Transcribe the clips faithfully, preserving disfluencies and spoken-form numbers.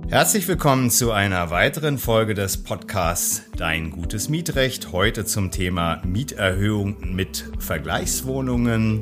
Herzlich willkommen zu einer weiteren Folge des Podcasts Dein gutes Mietrecht. Heute zum Thema Mieterhöhung mit Vergleichswohnungen.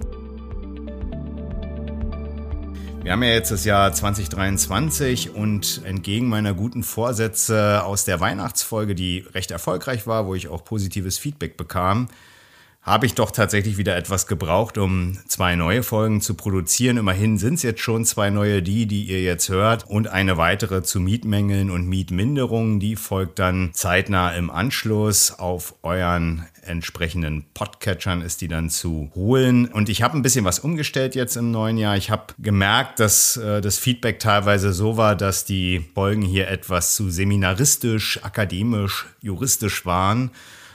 Wir haben ja jetzt das Jahr zwanzig dreiundzwanzig und entgegen meiner guten Vorsätze aus der Weihnachtsfolge, die recht erfolgreich war, wo ich auch positives Feedback bekam, habe ich doch tatsächlich wieder etwas gebraucht, um zwei neue Folgen zu produzieren. Immerhin sind es jetzt schon zwei neue, die, die ihr jetzt hört, und eine weitere zu Mietmängeln und Mietminderungen. Die folgt dann zeitnah im Anschluss. Auf euren entsprechenden Podcatchern ist die dann zu holen. Und ich habe ein bisschen was umgestellt jetzt im neuen Jahr. Ich habe gemerkt, dass äh, das Feedback teilweise so war, dass die Folgen hier etwas zu seminaristisch, akademisch, juristisch waren.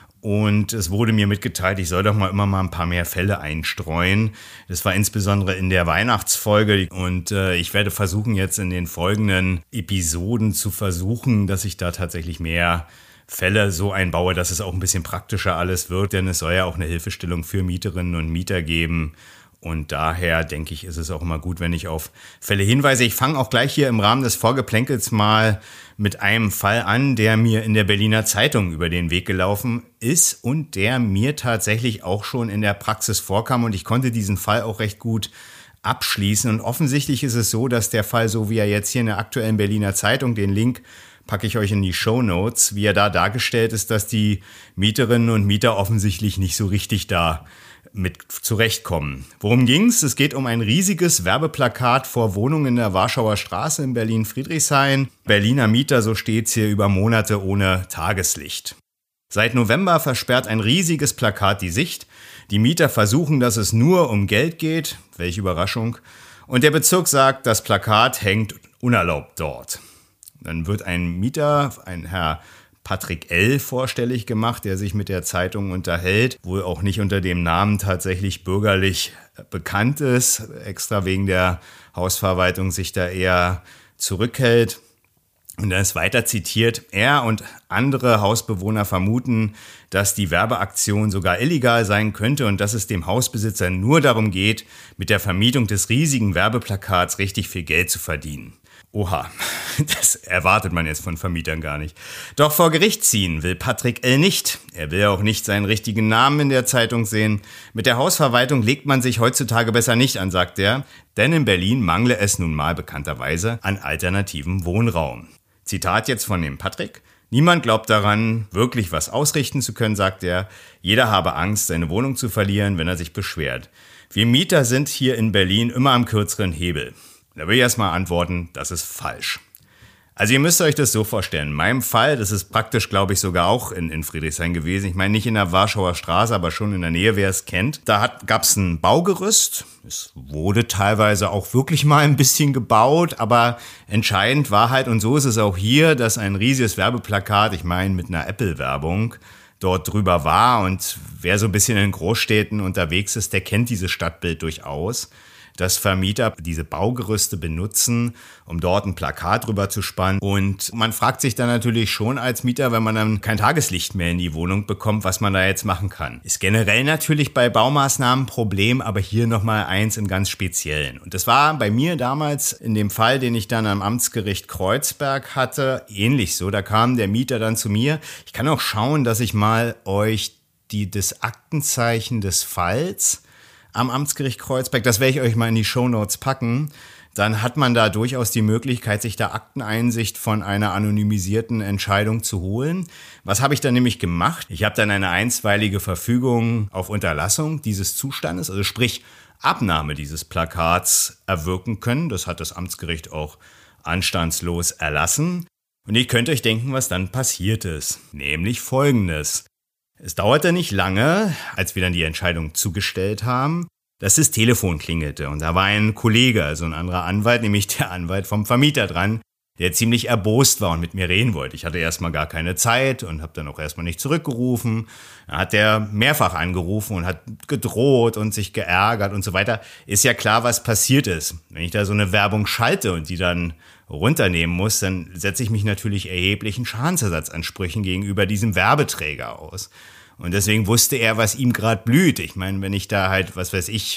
Und es wurde mir mitgeteilt, ich soll doch mal immer mal ein paar mehr Fälle einstreuen. Das war insbesondere in der Weihnachtsfolge. Und äh, ich werde versuchen, jetzt in den folgenden Episoden zu versuchen, dass ich da tatsächlich mehr Fälle so einbaue, dass es auch ein bisschen praktischer alles wird. Denn es soll ja auch eine Hilfestellung für Mieterinnen und Mieter geben. Und daher denke ich, ist es auch immer gut, wenn ich auf Fälle hinweise. Ich fange auch gleich hier im Rahmen des Vorgeplänkels mal mit einem Fall an, der mir in der Berliner Zeitung über den Weg gelaufen ist und der mir tatsächlich auch schon in der Praxis vorkam. Und ich konnte diesen Fall auch recht gut abschließen. Und offensichtlich ist es so, dass der Fall, so wie er jetzt hier in der aktuellen Berliner Zeitung, den Link packe ich euch in die Shownotes, wie er da dargestellt ist, dass die Mieterinnen und Mieter offensichtlich nicht so richtig da mit zurechtkommen. Worum ging's? Es geht um ein riesiges Werbeplakat vor Wohnungen in der Warschauer Straße in Berlin-Friedrichshain. Berliner Mieter, so steht's hier, über Monate ohne Tageslicht. Seit November versperrt ein riesiges Plakat die Sicht. Die Mieter versuchen, dass es nur um Geld geht. Welche Überraschung. Und der Bezirk sagt, das Plakat hängt unerlaubt dort. Dann wird ein Mieter, ein Herr Patrick L. vorstellig gemacht, der sich mit der Zeitung unterhält, wohl auch nicht unter dem Namen tatsächlich bürgerlich bekannt ist, extra wegen der Hausverwaltung sich da eher zurückhält. Und dann ist weiter zitiert, er und andere Hausbewohner vermuten, dass die Werbeaktion sogar illegal sein könnte und dass es dem Hausbesitzer nur darum geht, mit der Vermietung des riesigen Werbeplakats richtig viel Geld zu verdienen. Oha, das erwartet man jetzt von Vermietern gar nicht. Doch vor Gericht ziehen will Patrick L. nicht. Er will auch nicht seinen richtigen Namen in der Zeitung sehen. Mit der Hausverwaltung legt man sich heutzutage besser nicht an, sagt er. Denn in Berlin mangle es nun mal bekannterweise an alternativem Wohnraum. Zitat jetzt von dem Patrick. Niemand glaubt daran, wirklich was ausrichten zu können, sagt er. Jeder habe Angst, seine Wohnung zu verlieren, wenn er sich beschwert. Wir Mieter sind hier in Berlin immer am kürzeren Hebel. Da will ich erstmal antworten, das ist falsch. Also ihr müsst euch das so vorstellen. In meinem Fall, das ist praktisch, glaube ich, sogar auch in, in Friedrichshain gewesen. Ich meine nicht in der Warschauer Straße, aber schon in der Nähe, wer es kennt. Da gab es ein Baugerüst. Es wurde teilweise auch wirklich mal ein bisschen gebaut, aber entscheidend war halt, und so ist es auch hier, dass ein riesiges Werbeplakat, ich meine mit einer Apple-Werbung, dort drüber war. Und wer so ein bisschen in Großstädten unterwegs ist, der kennt dieses Stadtbild durchaus, dass Vermieter diese Baugerüste benutzen, um dort ein Plakat drüber zu spannen. Und man fragt sich dann natürlich schon als Mieter, wenn man dann kein Tageslicht mehr in die Wohnung bekommt, was man da jetzt machen kann. Ist generell natürlich bei Baumaßnahmen ein Problem, aber hier nochmal eins im ganz Speziellen. Und das war bei mir damals in dem Fall, den ich dann am Amtsgericht Kreuzberg hatte, ähnlich so. Da kam der Mieter dann zu mir. Ich kann auch schauen, dass ich mal euch die, das Aktenzeichen des Falls am Amtsgericht Kreuzberg, das werde ich euch mal in die Shownotes packen, dann hat man da durchaus die Möglichkeit, sich da Akteneinsicht von einer anonymisierten Entscheidung zu holen. Was habe ich dann nämlich gemacht? Ich habe dann eine einstweilige Verfügung auf Unterlassung dieses Zustandes, also sprich Abnahme dieses Plakats, erwirken können. Das hat das Amtsgericht auch anstandslos erlassen. Und ihr könnt euch denken, was dann passiert ist. Nämlich Folgendes. Es dauerte nicht lange, als wir dann die Entscheidung zugestellt haben, dass das Telefon klingelte. Und da war ein Kollege, also ein anderer Anwalt, nämlich der Anwalt vom Vermieter dran, der ziemlich erbost war und mit mir reden wollte. Ich hatte erstmal gar keine Zeit und habe dann auch erstmal nicht zurückgerufen. Dann hat der mehrfach angerufen und hat gedroht und sich geärgert und so weiter. Ist ja klar, was passiert ist. Wenn ich da so eine Werbung schalte und die dann runternehmen muss, dann setze ich mich natürlich erheblichen Schadensersatzansprüchen gegenüber diesem Werbeträger aus. Und deswegen wusste er, was ihm gerade blüht. Ich meine, wenn ich da halt, was weiß ich,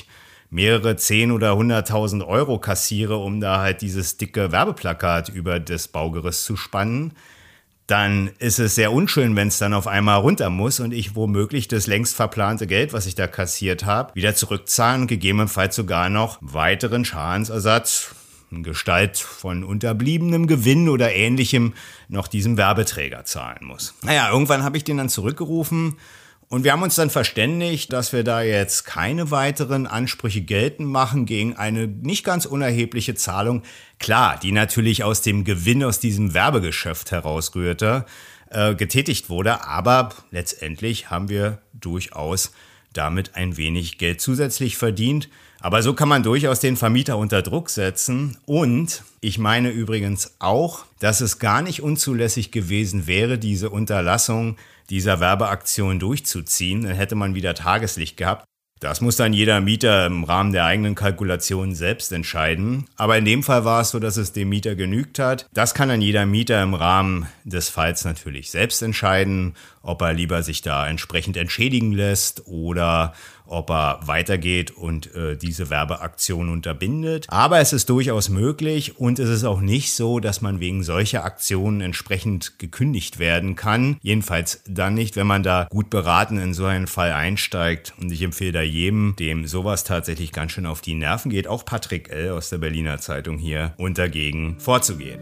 mehrere zehn oder hunderttausend Euro kassiere, um da halt dieses dicke Werbeplakat über das Baugerüst zu spannen, dann ist es sehr unschön, wenn es dann auf einmal runter muss und ich womöglich das längst verplante Geld, was ich da kassiert habe, wieder zurückzahlen und gegebenenfalls sogar noch weiteren Schadensersatz in Gestalt von unterbliebenem Gewinn oder Ähnlichem noch diesem Werbeträger zahlen muss. Naja, irgendwann habe ich den dann zurückgerufen und wir haben uns dann verständigt, dass wir da jetzt keine weiteren Ansprüche geltend machen gegen eine nicht ganz unerhebliche Zahlung. Klar, die natürlich aus dem Gewinn aus diesem Werbegeschäft herausrührte, äh, getätigt wurde. Aber letztendlich haben wir durchaus damit ein wenig Geld zusätzlich verdient. Aber so kann man durchaus den Vermieter unter Druck setzen. Und ich meine übrigens auch, dass es gar nicht unzulässig gewesen wäre, diese Unterlassung dieser Werbeaktion durchzuziehen. Dann hätte man wieder Tageslicht gehabt. Das muss dann jeder Mieter im Rahmen der eigenen Kalkulation selbst entscheiden. Aber in dem Fall war es so, dass es dem Mieter genügt hat. Das kann dann jeder Mieter im Rahmen des Falls natürlich selbst entscheiden, ob er lieber sich da entsprechend entschädigen lässt oder ob er weitergeht und äh, diese Werbeaktion unterbindet. Aber es ist durchaus möglich und es ist auch nicht so, dass man wegen solcher Aktionen entsprechend gekündigt werden kann. Jedenfalls dann nicht, wenn man da gut beraten in so einen Fall einsteigt. Und ich empfehle da jedem, dem sowas tatsächlich ganz schön auf die Nerven geht, auch Patrick L. aus der Berliner Zeitung hier, und dagegen vorzugehen.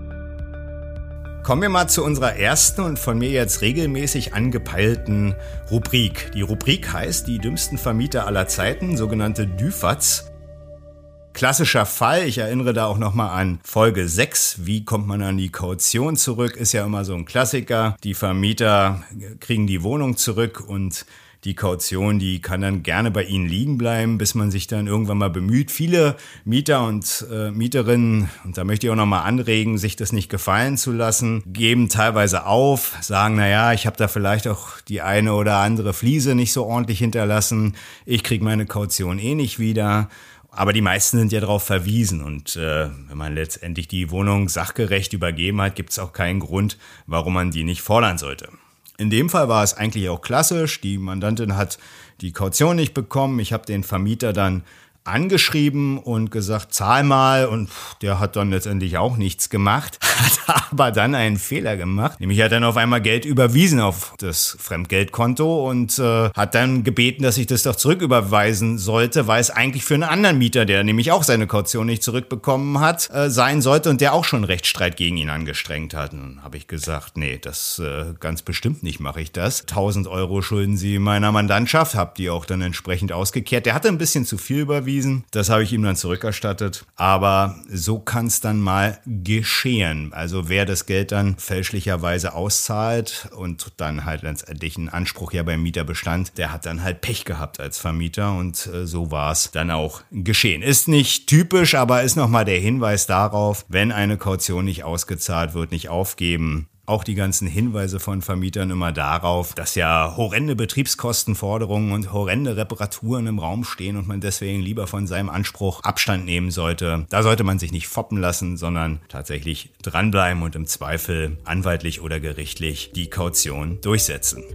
Kommen wir mal zu unserer ersten und von mir jetzt regelmäßig angepeilten Rubrik. Die Rubrik heißt die dümmsten Vermieter aller Zeiten, sogenannte D Ü F A Ts. Klassischer Fall, ich erinnere da auch nochmal an Folge sechs, wie kommt man an die Kaution zurück, ist ja immer so ein Klassiker. Die Vermieter kriegen die Wohnung zurück und die Kaution, die kann dann gerne bei ihnen liegen bleiben, bis man sich dann irgendwann mal bemüht. Viele Mieter und äh, Mieterinnen, und da möchte ich auch nochmal anregen, sich das nicht gefallen zu lassen, geben teilweise auf, sagen, naja, ich habe da vielleicht auch die eine oder andere Fliese nicht so ordentlich hinterlassen, ich kriege meine Kaution eh nicht wieder. Aber die meisten sind ja darauf verwiesen und äh, wenn man letztendlich die Wohnung sachgerecht übergeben hat, gibt es auch keinen Grund, warum man die nicht fordern sollte. In dem Fall war es eigentlich auch klassisch. Die Mandantin hat die Kaution nicht bekommen. Ich habe den Vermieter dann angeschrieben und gesagt, zahl mal, und der hat dann letztendlich auch nichts gemacht, hat aber dann einen Fehler gemacht, nämlich hat dann auf einmal Geld überwiesen auf das Fremdgeldkonto und äh, hat dann gebeten, dass ich das doch zurücküberweisen sollte, weil es eigentlich für einen anderen Mieter, der nämlich auch seine Kaution nicht zurückbekommen hat, äh, sein sollte und der auch schon Rechtsstreit gegen ihn angestrengt hat. Und dann habe ich gesagt, nee, das äh, ganz bestimmt nicht mache ich das. tausend Euro schulden Sie meiner Mandantschaft, hab die auch dann entsprechend ausgekehrt. Der hatte ein bisschen zu viel überwiesen. Das habe ich ihm dann zurückerstattet. Aber so kann es dann mal geschehen. Also wer das Geld dann fälschlicherweise auszahlt und dann halt letztendlich ein Anspruch ja beim Mieter bestand, der hat dann halt Pech gehabt als Vermieter und äh, so war es dann auch geschehen. Ist nicht typisch, aber ist nochmal der Hinweis darauf, wenn eine Kaution nicht ausgezahlt wird, nicht aufgeben. Auch die ganzen Hinweise von Vermietern immer darauf, dass ja horrende Betriebskostenforderungen und horrende Reparaturen im Raum stehen und man deswegen lieber von seinem Anspruch Abstand nehmen sollte. Da sollte man sich nicht foppen lassen, sondern tatsächlich dranbleiben und im Zweifel anwaltlich oder gerichtlich die Kaution durchsetzen.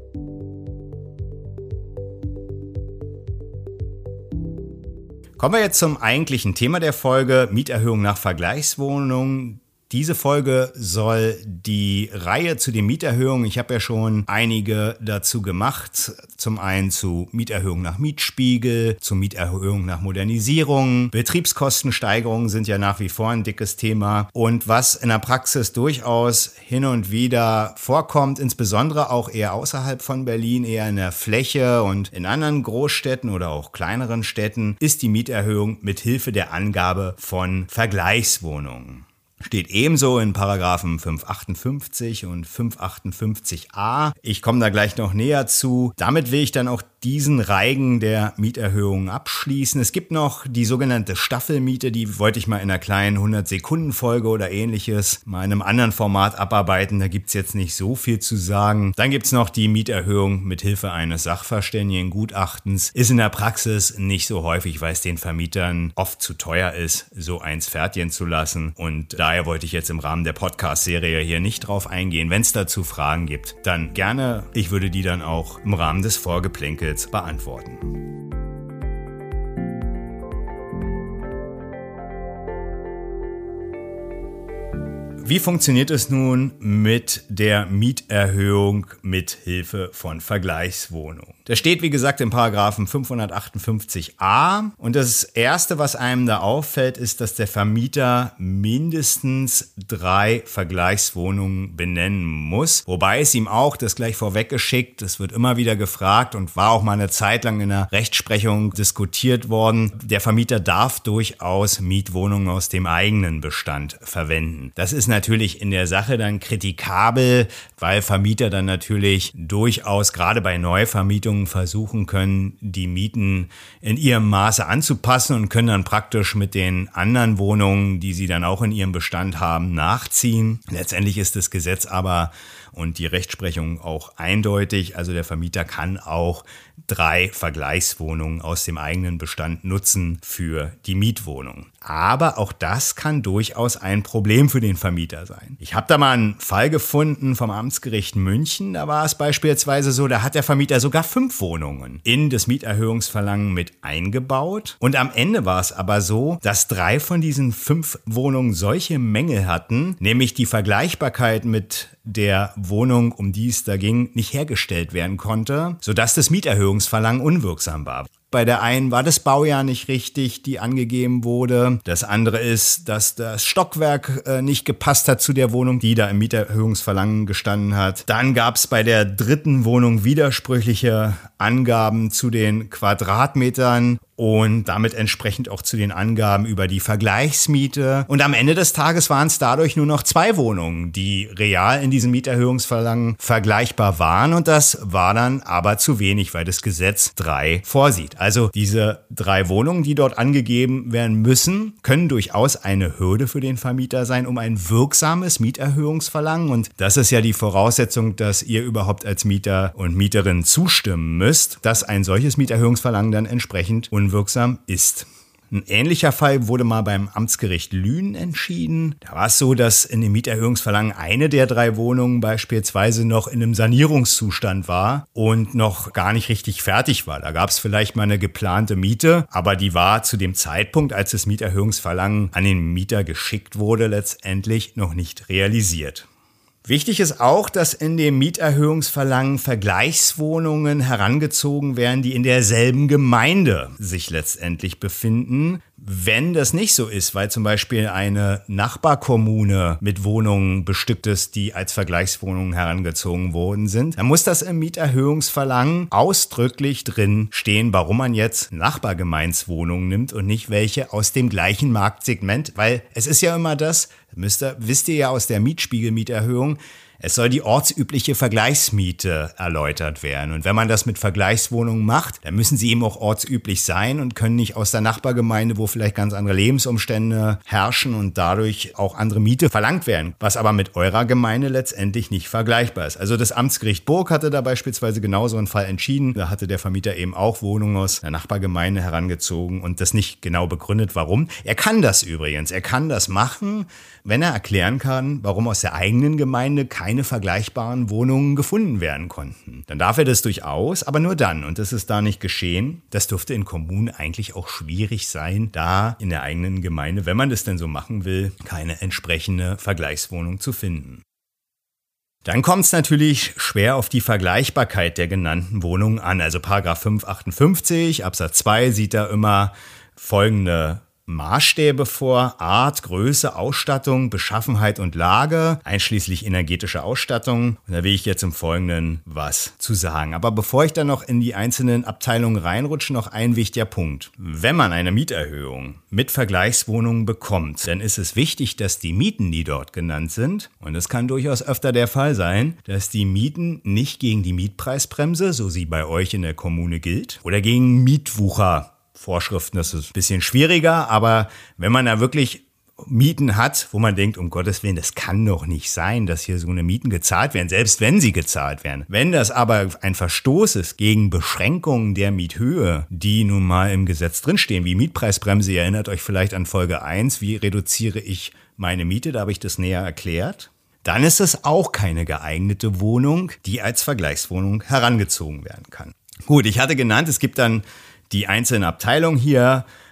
Kommen wir jetzt zum eigentlichen Thema der Folge, Mieterhöhung nach Vergleichswohnungen. Diese Folge soll die Reihe zu den Mieterhöhungen, ich habe ja schon einige dazu gemacht, zum einen zu Mieterhöhung nach Mietspiegel, zu Mieterhöhung nach Modernisierung, Betriebskostensteigerungen sind ja nach wie vor ein dickes Thema und was in der Praxis durchaus hin und wieder vorkommt, insbesondere auch eher außerhalb von Berlin, eher in der Fläche und in anderen Großstädten oder auch kleineren Städten, ist die Mieterhöhung mit Hilfe der Angabe von Vergleichswohnungen. Steht ebenso in Paragraphen fünfhundertachtundfünfzig und fünfhundertachtundfünfzig a. Ich komme da gleich noch näher zu. Damit will ich dann auch diesen Reigen der Mieterhöhungen abschließen. Es gibt noch die sogenannte Staffelmiete, die wollte ich mal in einer kleinen hundert-Sekunden-Folge oder ähnliches mal in einem anderen Format abarbeiten. Da gibt's jetzt nicht so viel zu sagen. Dann gibt's noch die Mieterhöhung mit Hilfe eines Sachverständigengutachtens. Ist in der Praxis nicht so häufig, weil es den Vermietern oft zu teuer ist, so eins fertigen zu lassen. Und daher wollte ich jetzt im Rahmen der Podcast-Serie hier nicht drauf eingehen. Wenn es dazu Fragen gibt, dann gerne. Ich würde die dann auch im Rahmen des Vorgeplänkels beantworten. Wie funktioniert es nun mit der Mieterhöhung mit Hilfe von Vergleichswohnungen? Das steht, wie gesagt, im Paragraphen fünfhundertachtundfünfzig a. Und das Erste, was einem da auffällt, ist, dass der Vermieter mindestens drei Vergleichswohnungen benennen muss. Wobei es ihm auch, das gleich vorweggeschickt, es wird immer wieder gefragt und war auch mal eine Zeit lang in der Rechtsprechung diskutiert worden, der Vermieter darf durchaus Mietwohnungen aus dem eigenen Bestand verwenden. Das ist natürlich in der Sache dann kritikabel, weil Vermieter dann natürlich durchaus gerade bei Neuvermietungen versuchen können, die Mieten in ihrem Maße anzupassen und können dann praktisch mit den anderen Wohnungen, die sie dann auch in ihrem Bestand haben, nachziehen. Letztendlich ist das Gesetz aber und die Rechtsprechung auch eindeutig. Also der Vermieter kann auch drei Vergleichswohnungen aus dem eigenen Bestand nutzen für die Mietwohnung. Aber auch das kann durchaus ein Problem für den Vermieter sein. Ich habe da mal einen Fall gefunden vom Amtsgericht München. Da war es beispielsweise so, da hat der Vermieter sogar fünf Wohnungen in das Mieterhöhungsverlangen mit eingebaut. Und am Ende war es aber so, dass drei von diesen fünf Wohnungen solche Mängel hatten, nämlich die Vergleichbarkeit mit der Wohnung, um die es da ging, nicht hergestellt werden konnte, sodass das Mieterhöhungsverlangen unwirksam war. Bei der einen war das Baujahr nicht richtig, die angegeben wurde. Das andere ist, dass das Stockwerk äh, nicht gepasst hat zu der Wohnung, die da im Mieterhöhungsverlangen gestanden hat. Dann gab es bei der dritten Wohnung widersprüchliche Angaben zu den Quadratmetern und damit entsprechend auch zu den Angaben über die Vergleichsmiete. Und am Ende des Tages waren es dadurch nur noch zwei Wohnungen, die real in diesem Mieterhöhungsverlangen vergleichbar waren. Und das war dann aber zu wenig, weil das Gesetz drei vorsieht. Also diese drei Wohnungen, die dort angegeben werden müssen, können durchaus eine Hürde für den Vermieter sein, um ein wirksames Mieterhöhungsverlangen. Und das ist ja die Voraussetzung, dass ihr überhaupt als Mieter und Mieterin zustimmen müsst, dass ein solches Mieterhöhungsverlangen dann entsprechend unwirksam ist. Ein ähnlicher Fall wurde mal beim Amtsgericht Lünen entschieden. Da war es so, dass in dem Mieterhöhungsverlangen eine der drei Wohnungen beispielsweise noch in einem Sanierungszustand war und noch gar nicht richtig fertig war. Da gab es vielleicht mal eine geplante Miete, aber die war zu dem Zeitpunkt, als das Mieterhöhungsverlangen an den Mieter geschickt wurde, letztendlich noch nicht realisiert. Wichtig ist auch, dass in dem Mieterhöhungsverlangen Vergleichswohnungen herangezogen werden, die in derselben Gemeinde sich letztendlich befinden. Wenn das nicht so ist, weil zum Beispiel eine Nachbarkommune mit Wohnungen bestückt ist, die als Vergleichswohnungen herangezogen worden sind, dann muss das im Mieterhöhungsverlangen ausdrücklich drin stehen, warum man jetzt Nachbargemeinswohnungen nimmt und nicht welche aus dem gleichen Marktsegment, weil es ist ja immer das, müsst ihr, wisst ihr ja aus der Mietspiegelmieterhöhung, es soll die ortsübliche Vergleichsmiete erläutert werden. Und wenn man das mit Vergleichswohnungen macht, dann müssen sie eben auch ortsüblich sein und können nicht aus der Nachbargemeinde, wo vielleicht ganz andere Lebensumstände herrschen und dadurch auch andere Miete verlangt werden, was aber mit eurer Gemeinde letztendlich nicht vergleichbar ist. Also das Amtsgericht Burg hatte da beispielsweise genauso einen Fall entschieden. Da hatte der Vermieter eben auch Wohnungen aus der Nachbargemeinde herangezogen und das nicht genau begründet, warum. Er kann das übrigens. Er kann das machen, wenn er erklären kann, warum aus der eigenen Gemeinde keine vergleichbaren Wohnungen gefunden werden konnten. Dann darf er das durchaus, aber nur dann. Und das ist da nicht geschehen. Das dürfte in Kommunen eigentlich auch schwierig sein, da in der eigenen Gemeinde, wenn man das denn so machen will, keine entsprechende Vergleichswohnung zu finden. Dann kommt es natürlich schwer auf die Vergleichbarkeit der genannten Wohnungen an. Also Paragraph fünfhundertachtundfünfzig Absatz zwei sieht da immer folgende Maßstäbe vor: Art, Größe, Ausstattung, Beschaffenheit und Lage, einschließlich energetische Ausstattung. Und da will ich jetzt im Folgenden was zu sagen. Aber bevor ich dann noch in die einzelnen Abteilungen reinrutsche, noch ein wichtiger Punkt. Wenn man eine Mieterhöhung mit Vergleichswohnungen bekommt, dann ist es wichtig, dass die Mieten, die dort genannt sind, und es kann durchaus öfter der Fall sein, dass die Mieten nicht gegen die Mietpreisbremse, so sie bei euch in der Kommune gilt, oder gegen Mietwucher Vorschriften, das ist ein bisschen schwieriger, aber wenn man da wirklich Mieten hat, wo man denkt, um Gottes Willen, das kann doch nicht sein, dass hier so eine Mieten gezahlt werden, selbst wenn sie gezahlt werden. Wenn das aber ein Verstoß ist gegen Beschränkungen der Miethöhe, die nun mal im Gesetz drinstehen, wie Mietpreisbremse, ihr erinnert euch vielleicht an Folge eins, wie reduziere ich meine Miete, da habe ich das näher erklärt, dann ist es auch keine geeignete Wohnung, die als Vergleichswohnung herangezogen werden kann. Gut, ich hatte genannt, es gibt dann die einzelnen Abteilungen hier.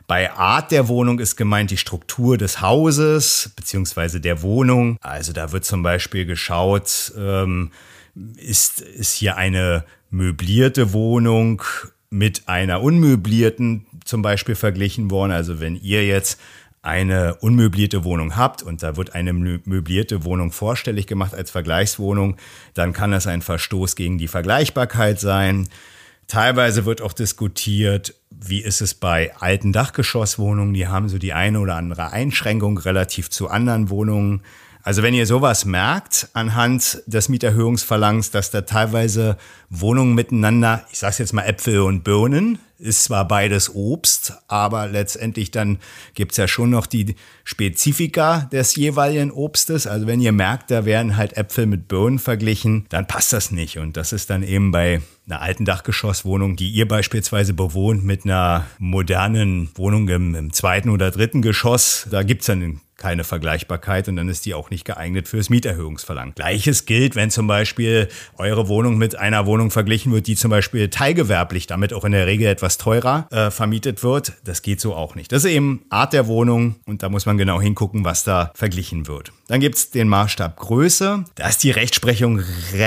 Bei Art der Wohnung ist gemeint die Struktur des Hauses bzw. der Wohnung. Also da wird zum Beispiel geschaut, ähm, ist, ist hier eine möblierte Wohnung mit einer unmöblierten zum Beispiel verglichen worden. Also wenn ihr jetzt eine unmöblierte Wohnung habt und da wird eine möblierte Wohnung vorstellig gemacht als Vergleichswohnung, dann kann das ein Verstoß gegen die Vergleichbarkeit sein. Teilweise wird auch diskutiert, wie ist es bei alten Dachgeschosswohnungen, die haben so die eine oder andere Einschränkung relativ zu anderen Wohnungen. Also wenn ihr sowas merkt anhand des Mieterhöhungsverlangens, dass da teilweise Wohnungen miteinander, ich sag's jetzt mal Äpfel und Birnen, ist zwar beides Obst, aber letztendlich dann gibt's ja schon noch die Spezifika des jeweiligen Obstes. Also wenn ihr merkt, da werden halt Äpfel mit Birnen verglichen, dann passt das nicht. Und das ist dann eben bei einer alten Dachgeschosswohnung, die ihr beispielsweise bewohnt, mit einer modernen Wohnung im, im zweiten oder dritten Geschoss, da gibt's dann keine Vergleichbarkeit und dann ist die auch nicht geeignet fürs Mieterhöhungsverlangen. Gleiches gilt, wenn zum Beispiel eure Wohnung mit einer Wohnung verglichen wird, die zum Beispiel teilgewerblich, damit auch in der Regel etwas teurer äh, vermietet wird. Das geht so auch nicht. Das ist eben Art der Wohnung und da muss man genau hingucken, was da verglichen wird. Dann gibt's den Maßstab Größe. Da ist die Rechtsprechung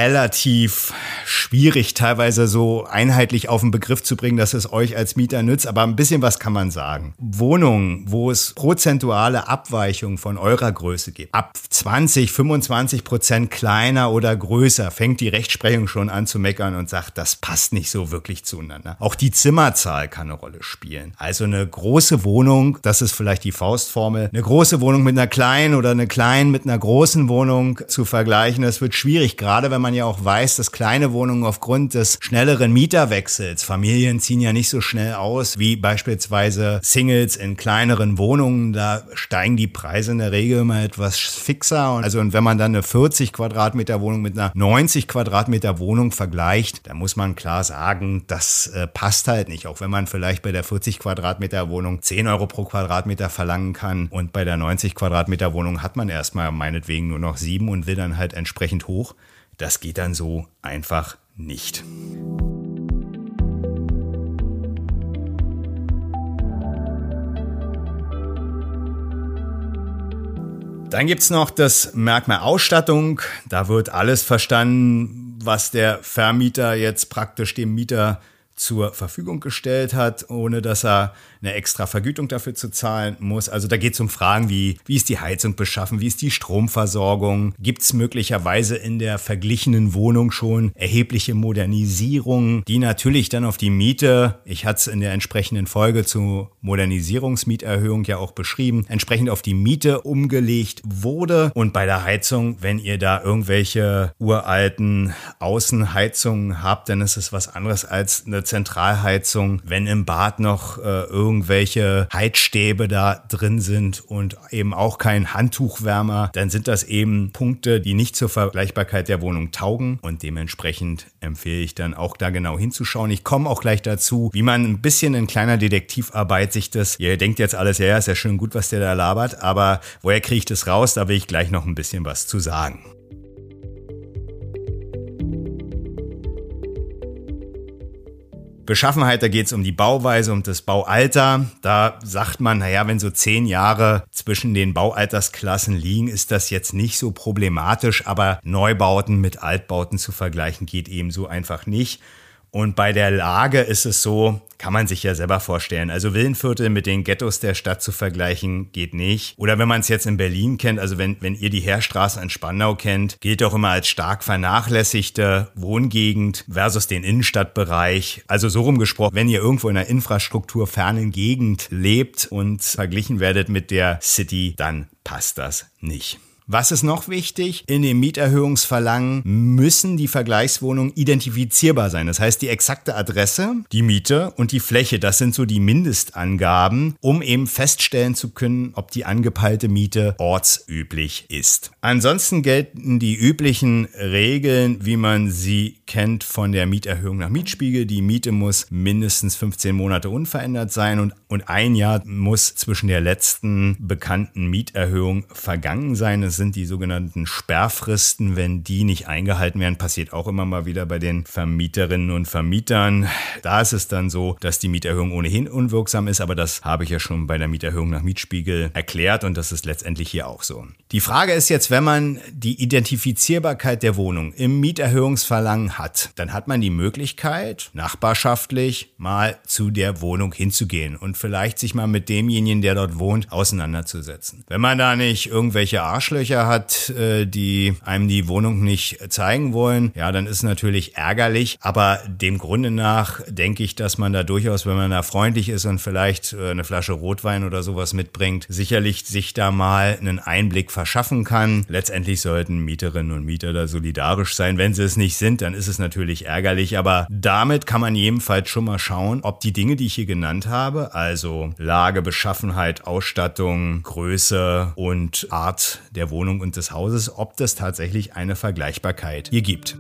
relativ schwierig, teilweise so einheitlich auf den Begriff zu bringen, dass es euch als Mieter nützt, aber ein bisschen was kann man sagen. Wohnungen, wo es prozentuale Abweichungen von eurer Größe gibt, ab zwanzig, fünfundzwanzig Prozent kleiner oder größer, fängt die Rechtsprechung schon an zu meckern und sagt, das passt nicht so wirklich zueinander. Auch die Zimmerzahl kann eine Rolle spielen. Also eine große Wohnung, das ist vielleicht die Faustformel, eine große Wohnung mit einer kleinen oder eine kleine mit einer großen Wohnung zu vergleichen, das wird schwierig, gerade wenn man ja auch weiß, dass kleine Wohnungen aufgrund des schnelleren Mieterwechsels, Familien ziehen ja nicht so schnell aus wie beispielsweise Singles in kleineren Wohnungen, da steigen die Preise in der Regel immer etwas fixer. Also und wenn man dann eine vierzig Quadratmeter Wohnung mit einer neunzig Quadratmeter Wohnung vergleicht, dann muss man klar sagen, das äh, passt halt nicht, auch wenn man vielleicht bei der vierzig Quadratmeter Wohnung zehn Euro pro Quadratmeter verlangen kann und bei der neunzig Quadratmeter Wohnung hat man erstmal meinetwegen nur noch sieben und will dann halt entsprechend hoch. Das geht dann so einfach nicht. Dann gibt's noch das Merkmal Ausstattung. Da wird alles verstanden, was der Vermieter jetzt praktisch dem Mieter zur Verfügung gestellt hat, ohne dass er eine extra Vergütung dafür zu zahlen muss. Also da geht es um Fragen wie, wie ist die Heizung beschaffen, wie ist die Stromversorgung, gibt es möglicherweise in der verglichenen Wohnung schon erhebliche Modernisierungen, die natürlich dann auf die Miete, ich hatte es in der entsprechenden Folge zur Modernisierungsmieterhöhung ja auch beschrieben, entsprechend auf die Miete umgelegt wurde. Und bei der Heizung, wenn ihr da irgendwelche uralten Außenheizungen habt, dann ist es was anderes als eine Zentralheizung. Wenn im Bad noch äh, irgendwelche Heizstäbe da drin sind und eben auch kein Handtuchwärmer, dann sind das eben Punkte, die nicht zur Vergleichbarkeit der Wohnung taugen und dementsprechend empfehle ich dann auch da genau hinzuschauen. Ich komme auch gleich dazu, wie man ein bisschen in kleiner Detektivarbeit sich das, ihr denkt jetzt alles, ja, ist ja schön gut, was der da labert, aber woher kriege ich das raus? Da will ich gleich noch ein bisschen was zu sagen. Beschaffenheit, da geht es um die Bauweise, um das Baualter. Da sagt man, naja, wenn so zehn Jahre zwischen den Baualtersklassen liegen, ist das jetzt nicht so problematisch, aber Neubauten mit Altbauten zu vergleichen geht eben so einfach nicht. Und bei der Lage ist es so, kann man sich ja selber vorstellen. Also Villenviertel mit den Ghettos der Stadt zu vergleichen, geht nicht. Oder wenn man es jetzt in Berlin kennt, also wenn, wenn ihr die Heerstraße in Spandau kennt, gilt auch immer als stark vernachlässigte Wohngegend versus den Innenstadtbereich. Also so rumgesprochen, wenn ihr irgendwo in einer infrastrukturfernen Gegend lebt und verglichen werdet mit der City, dann passt das nicht. Was ist noch wichtig? In dem Mieterhöhungsverlangen müssen die Vergleichswohnungen identifizierbar sein. Das heißt, die exakte Adresse, die Miete und die Fläche, das sind so die Mindestangaben, um eben feststellen zu können, ob die angepeilte Miete ortsüblich ist. Ansonsten gelten die üblichen Regeln, wie man sie kennt von der Mieterhöhung nach Mietspiegel. Die Miete muss mindestens fünfzehn Monate unverändert sein und und ein Jahr muss zwischen der letzten bekannten Mieterhöhung vergangen sein. Es sind die sogenannten Sperrfristen. Wenn die nicht eingehalten werden, passiert auch immer mal wieder bei den Vermieterinnen und Vermietern. Da ist es dann so, dass die Mieterhöhung ohnehin unwirksam ist, aber das habe ich ja schon bei der Mieterhöhung nach Mietspiegel erklärt und das ist letztendlich hier auch so. Die Frage ist jetzt, wenn man die Identifizierbarkeit der Wohnung im Mieterhöhungsverlangen hat, dann hat man die Möglichkeit, nachbarschaftlich mal zu der Wohnung hinzugehen und vielleicht sich mal mit demjenigen, der dort wohnt, auseinanderzusetzen. Wenn man da nicht irgendwelche Arschlöcher hat, die einem die Wohnung nicht zeigen wollen, ja, dann ist es natürlich ärgerlich, aber dem Grunde nach denke ich, dass man da durchaus, wenn man da freundlich ist und vielleicht eine Flasche Rotwein oder sowas mitbringt, sicherlich sich da mal einen Einblick verschaffen kann. Letztendlich sollten Mieterinnen und Mieter da solidarisch sein. Wenn sie es nicht sind, dann ist es natürlich ärgerlich, aber damit kann man jedenfalls schon mal schauen, ob die Dinge, die ich hier genannt habe, also Lage, Beschaffenheit, Ausstattung, Größe und Art der Wohnung und des Hauses, ob das tatsächlich eine Vergleichbarkeit hier gibt.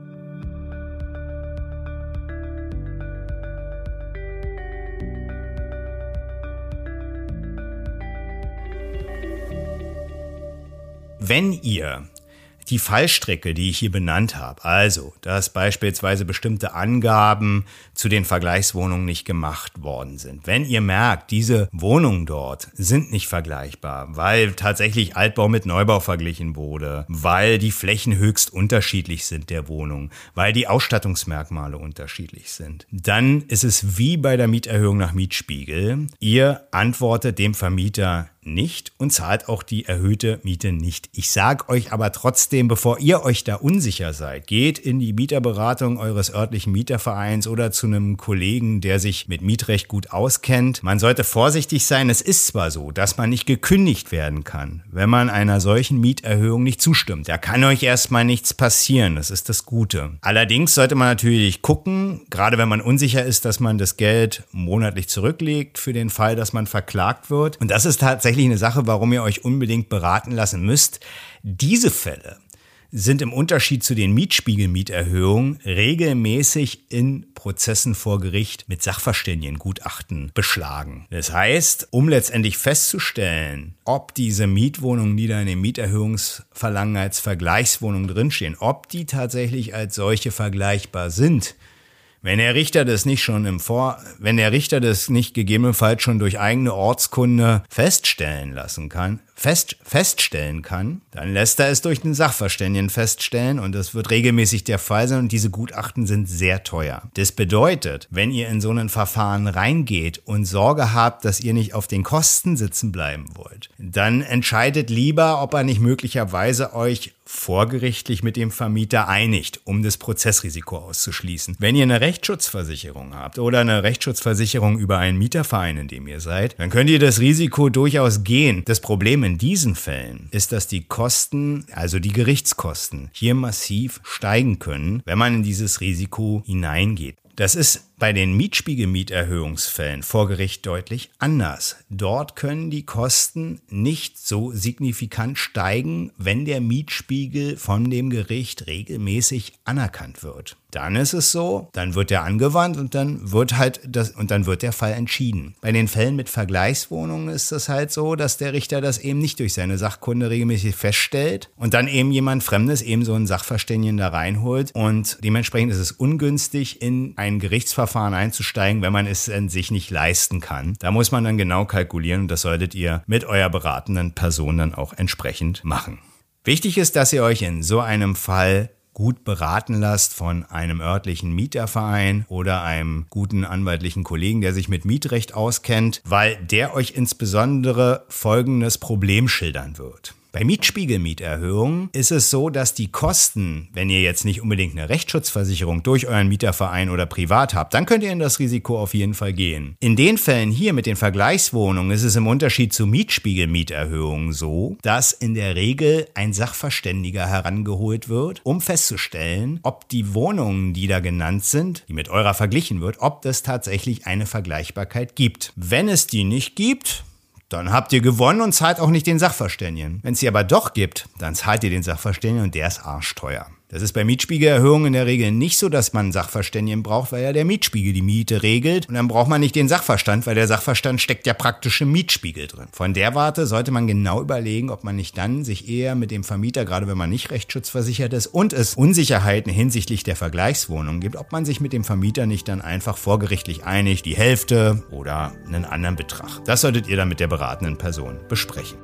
Wenn ihr die Fallstricke, die ich hier benannt habe, also dass beispielsweise bestimmte Angaben zu den Vergleichswohnungen nicht gemacht worden sind. Wenn ihr merkt, diese Wohnungen dort sind nicht vergleichbar, weil tatsächlich Altbau mit Neubau verglichen wurde, weil die Flächen höchst unterschiedlich sind der Wohnung, weil die Ausstattungsmerkmale unterschiedlich sind, dann ist es wie bei der Mieterhöhung nach Mietspiegel. Ihr antwortet dem Vermieter nicht und zahlt auch die erhöhte Miete nicht. Ich sage euch aber trotzdem, bevor ihr euch da unsicher seid, geht in die Mieterberatung eures örtlichen Mietervereins oder zu einem Kollegen, der sich mit Mietrecht gut auskennt. Man sollte vorsichtig sein. Es ist zwar so, dass man nicht gekündigt werden kann, wenn man einer solchen Mieterhöhung nicht zustimmt. Da kann euch erstmal nichts passieren. Das ist das Gute. Allerdings sollte man natürlich gucken, gerade wenn man unsicher ist, dass man das Geld monatlich zurücklegt für den Fall, dass man verklagt wird. Und das ist tatsächlich eine Sache, warum ihr euch unbedingt beraten lassen müsst. Diese Fälle sind im Unterschied zu den Mietspiegel-Mieterhöhungen regelmäßig in Prozessen vor Gericht mit Sachverständigengutachten beschlagen. Das heißt, um letztendlich festzustellen, ob diese Mietwohnungen, die da in den Mieterhöhungsverlangen als Vergleichswohnungen drinstehen, ob die tatsächlich als solche vergleichbar sind, Wenn der Richter das nicht schon im Vor, wenn der Richter das nicht gegebenenfalls schon durch eigene Ortskunde feststellen lassen kann, fest, feststellen kann, dann lässt er es durch den Sachverständigen feststellen und das wird regelmäßig der Fall sein und diese Gutachten sind sehr teuer. Das bedeutet, wenn ihr in so ein Verfahren reingeht und Sorge habt, dass ihr nicht auf den Kosten sitzen bleiben wollt, dann entscheidet lieber, ob er nicht möglicherweise euch vorgerichtlich mit dem Vermieter einigt, um das Prozessrisiko auszuschließen. Wenn ihr eine Rechtsschutzversicherung habt oder eine Rechtsschutzversicherung über einen Mieterverein, in dem ihr seid, dann könnt ihr das Risiko durchaus gehen. Das Problem in diesen Fällen ist, dass die Kosten, also die Gerichtskosten, hier massiv steigen können, wenn man in dieses Risiko hineingeht. Das ist bei den Mietspiegel-Mieterhöhungsfällen vor Gericht deutlich anders. Dort können die Kosten nicht so signifikant steigen, wenn der Mietspiegel von dem Gericht regelmäßig anerkannt wird. Dann ist es so, dann wird er angewandt und dann wird halt das, und dann wird der Fall entschieden. Bei den Fällen mit Vergleichswohnungen ist es halt so, dass der Richter das eben nicht durch seine Sachkunde regelmäßig feststellt und dann eben jemand Fremdes, eben so einen Sachverständigen da reinholt und dementsprechend ist es ungünstig, in ein Gerichtsverfahren einzusteigen, wenn man es sich nicht leisten kann. Da muss man dann genau kalkulieren und das solltet ihr mit eurer beratenden Person dann auch entsprechend machen. Wichtig ist, dass ihr euch in so einem Fall gut beraten lasst von einem örtlichen Mieterverein oder einem guten anwaltlichen Kollegen, der sich mit Mietrecht auskennt, weil der euch insbesondere folgendes Problem schildern wird. Bei Mietspiegel-Mieterhöhungen ist es so, dass die Kosten, wenn ihr jetzt nicht unbedingt eine Rechtsschutzversicherung durch euren Mieterverein oder privat habt, dann könnt ihr in das Risiko auf jeden Fall gehen. In den Fällen hier mit den Vergleichswohnungen ist es im Unterschied zu Mietspiegel-Mieterhöhungen so, dass in der Regel ein Sachverständiger herangeholt wird, um festzustellen, ob die Wohnungen, die da genannt sind, die mit eurer verglichen wird, ob es tatsächlich eine Vergleichbarkeit gibt. Wenn es die nicht gibt, dann habt ihr gewonnen und zahlt auch nicht den Sachverständigen. Wenn es sie aber doch gibt, dann zahlt ihr den Sachverständigen und der ist arschteuer. Das ist bei Mietspiegelerhöhungen in der Regel nicht so, dass man einen Sachverständigen braucht, weil ja der Mietspiegel die Miete regelt. Und dann braucht man nicht den Sachverstand, weil der Sachverstand steckt ja praktisch im Mietspiegel drin. Von der Warte sollte man genau überlegen, ob man nicht dann sich eher mit dem Vermieter, gerade wenn man nicht rechtsschutzversichert ist und es Unsicherheiten hinsichtlich der Vergleichswohnungen gibt, ob man sich mit dem Vermieter nicht dann einfach vorgerichtlich einigt, die Hälfte oder einen anderen Betrag. Das solltet ihr dann mit der beratenden Person besprechen.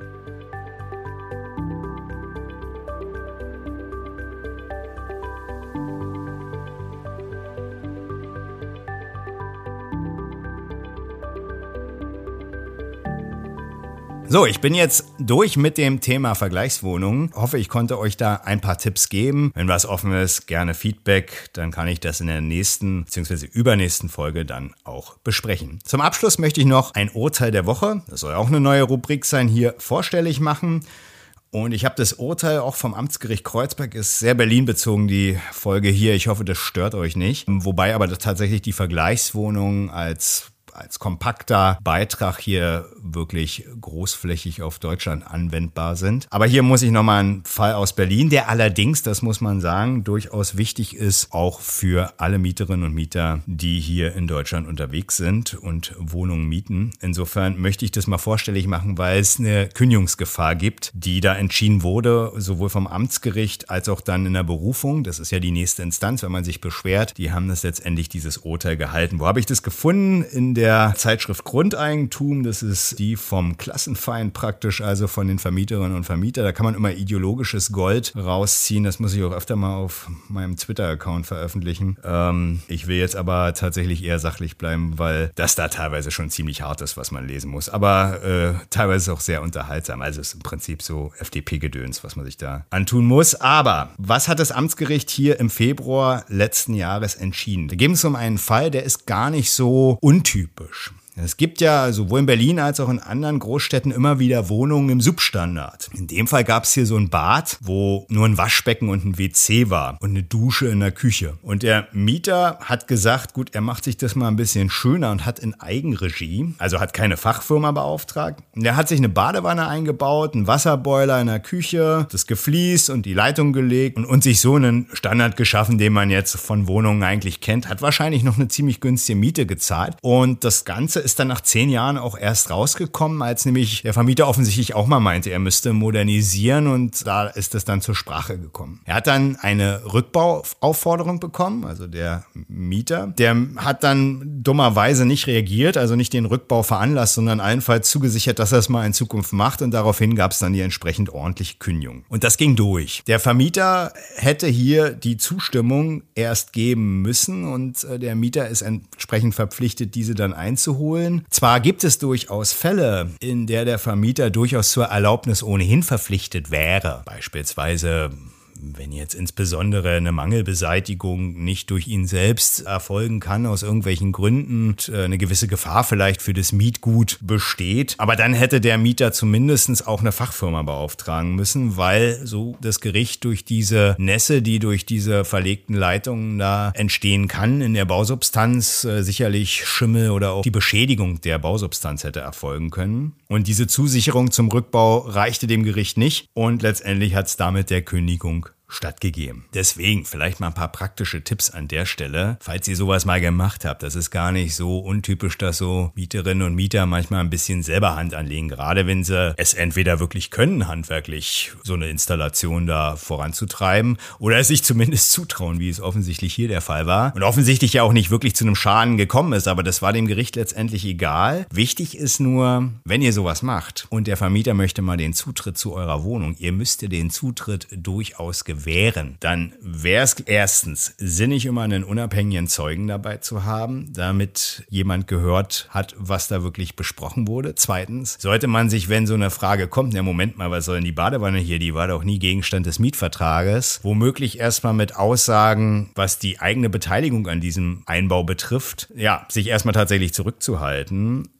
So, ich bin jetzt durch mit dem Thema Vergleichswohnungen. Hoffe, ich konnte euch da ein paar Tipps geben. Wenn was offen ist, gerne Feedback. Dann kann ich das in der nächsten bzw. übernächsten Folge dann auch besprechen. Zum Abschluss möchte ich noch ein Urteil der Woche, das soll auch eine neue Rubrik sein, hier vorstellig machen. Und ich habe das Urteil auch vom Amtsgericht Kreuzberg, ist sehr Berlin-bezogen, die Folge hier. Ich hoffe, das stört euch nicht. Wobei aber tatsächlich die Vergleichswohnungen als als kompakter Beitrag hier wirklich großflächig auf Deutschland anwendbar sind. Aber hier muss ich nochmal einen Fall aus Berlin, der allerdings, das muss man sagen, durchaus wichtig ist, auch für alle Mieterinnen und Mieter, die hier in Deutschland unterwegs sind und Wohnungen mieten. Insofern möchte ich das mal vorstellig machen, weil es eine Kündigungsgefahr gibt, die da entschieden wurde, sowohl vom Amtsgericht als auch dann in der Berufung. Das ist ja die nächste Instanz, wenn man sich beschwert. Die haben das letztendlich dieses Urteil gehalten. Wo habe ich das gefunden? In der der Zeitschrift Grundeigentum, das ist die vom Klassenfeind praktisch, also von den Vermieterinnen und Vermietern. Da kann man immer ideologisches Gold rausziehen. Das muss ich auch öfter mal auf meinem Twitter-Account veröffentlichen. Ähm, ich will jetzt aber tatsächlich eher sachlich bleiben, weil das da teilweise schon ziemlich hart ist, was man lesen muss. Aber äh, teilweise auch sehr unterhaltsam. Also es ist im Prinzip so F D P-Gedöns, was man sich da antun muss. Aber was hat das Amtsgericht hier im Februar letzten Jahres entschieden? Da geht es um einen Fall, der ist gar nicht so untypisch. Es gibt ja sowohl in Berlin als auch in anderen Großstädten immer wieder Wohnungen im Substandard. In dem Fall gab es hier so ein Bad, wo nur ein Waschbecken und ein W C war und eine Dusche in der Küche. Und der Mieter hat gesagt, gut, er macht sich das mal ein bisschen schöner und hat in Eigenregie, also hat keine Fachfirma beauftragt. Und er hat sich eine Badewanne eingebaut, einen Wasserboiler in der Küche, das gefliest und die Leitung gelegt und, und sich so einen Standard geschaffen, den man jetzt von Wohnungen eigentlich kennt. Hat wahrscheinlich noch eine ziemlich günstige Miete gezahlt. Und das Ganze ist dann nach zehn Jahren auch erst rausgekommen, als nämlich der Vermieter offensichtlich auch mal meinte, er müsste modernisieren, und da ist es dann zur Sprache gekommen. Er hat dann eine Rückbauaufforderung bekommen, also der Mieter. Der hat dann dummerweise nicht reagiert, also nicht den Rückbau veranlasst, sondern allenfalls zugesichert, dass er es mal in Zukunft macht, und daraufhin gab es dann die entsprechend ordentliche Kündigung. Und das ging durch. Der Vermieter hätte hier die Zustimmung erst geben müssen, und der Mieter ist entsprechend verpflichtet, diese dann einzuholen. Zwar gibt es durchaus Fälle, in der der Vermieter durchaus zur Erlaubnis ohnehin verpflichtet wäre. Beispielsweise, wenn jetzt insbesondere eine Mangelbeseitigung nicht durch ihn selbst erfolgen kann, aus irgendwelchen Gründen, und eine gewisse Gefahr vielleicht für das Mietgut besteht. Aber dann hätte der Mieter zumindest auch eine Fachfirma beauftragen müssen, weil so das Gericht durch diese Nässe, die durch diese verlegten Leitungen da entstehen kann, in der Bausubstanz äh, sicherlich Schimmel oder auch die Beschädigung der Bausubstanz hätte erfolgen können. Und diese Zusicherung zum Rückbau reichte dem Gericht nicht, und letztendlich hat es damit der Kündigung stattgegeben. Deswegen vielleicht mal ein paar praktische Tipps an der Stelle, falls ihr sowas mal gemacht habt. Das ist gar nicht so untypisch, dass so Mieterinnen und Mieter manchmal ein bisschen selber Hand anlegen, gerade wenn sie es entweder wirklich können, handwerklich so eine Installation da voranzutreiben, oder es sich zumindest zutrauen, wie es offensichtlich hier der Fall war. Und offensichtlich ja auch nicht wirklich zu einem Schaden gekommen ist, aber das war dem Gericht letztendlich egal. Wichtig ist nur, wenn ihr sowas macht und der Vermieter möchte mal den Zutritt zu eurer Wohnung, ihr müsst ihr den Zutritt durchaus gewähren. Wären, dann wäre es erstens sinnig, immer einen unabhängigen Zeugen dabei zu haben, damit jemand gehört hat, was da wirklich besprochen wurde. Zweitens sollte man sich, wenn so eine Frage kommt, na Moment mal, was soll denn die Badewanne hier, die war doch nie Gegenstand des Mietvertrages, womöglich erstmal mit Aussagen, was die eigene Beteiligung an diesem Einbau betrifft, ja, sich erstmal tatsächlich zurückzuhalten.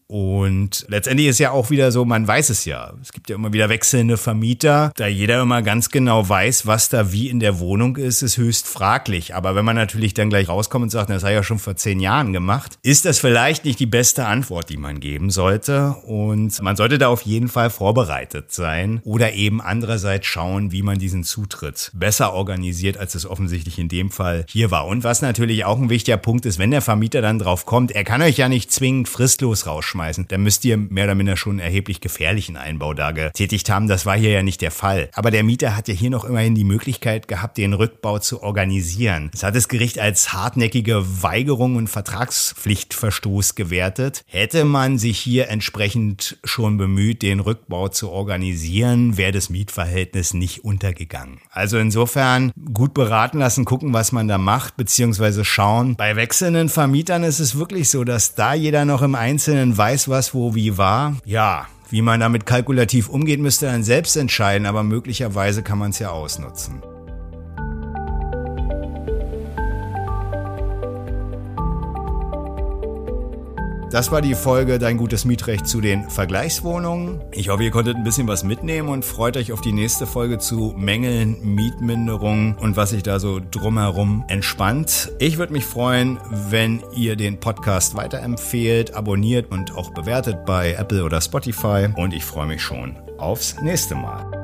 Und letztendlich ist ja auch wieder so, man weiß es ja. Es gibt ja immer wieder wechselnde Vermieter. Da jeder immer ganz genau weiß, was da wie in der Wohnung ist, ist höchst fraglich. Aber wenn man natürlich dann gleich rauskommt und sagt, das hat er ja schon vor zehn Jahren gemacht, ist das vielleicht nicht die beste Antwort, die man geben sollte. Und man sollte da auf jeden Fall vorbereitet sein oder eben andererseits schauen, wie man diesen Zutritt besser organisiert, als es offensichtlich in dem Fall hier war. Und was natürlich auch ein wichtiger Punkt ist, wenn der Vermieter dann drauf kommt, er kann euch ja nicht zwingend fristlos rausschmeißen. Dann müsst ihr mehr oder minder schon einen erheblich gefährlichen Einbau da getätigt haben. Das war hier ja nicht der Fall. Aber der Mieter hat ja hier noch immerhin die Möglichkeit gehabt, den Rückbau zu organisieren. Das hat das Gericht als hartnäckige Weigerung und Vertragspflichtverstoß gewertet. Hätte man sich hier entsprechend schon bemüht, den Rückbau zu organisieren, wäre das Mietverhältnis nicht untergegangen. Also insofern gut beraten lassen, gucken, was man da macht, beziehungsweise schauen. Bei wechselnden Vermietern ist es wirklich so, dass da jeder noch im Einzelnen weiß, was wo wie war. Ja, wie man damit kalkulativ umgeht, müsste dann selbst entscheiden, aber möglicherweise kann man es ja ausnutzen. Das war die Folge Dein gutes Mietrecht zu den Vergleichswohnungen. Ich hoffe, ihr konntet ein bisschen was mitnehmen und freut euch auf die nächste Folge zu Mängeln, Mietminderung und was sich da so drumherum entspannt. Ich würde mich freuen, wenn ihr den Podcast weiterempfehlt, abonniert und auch bewertet bei Apple oder Spotify. Und ich freue mich schon aufs nächste Mal.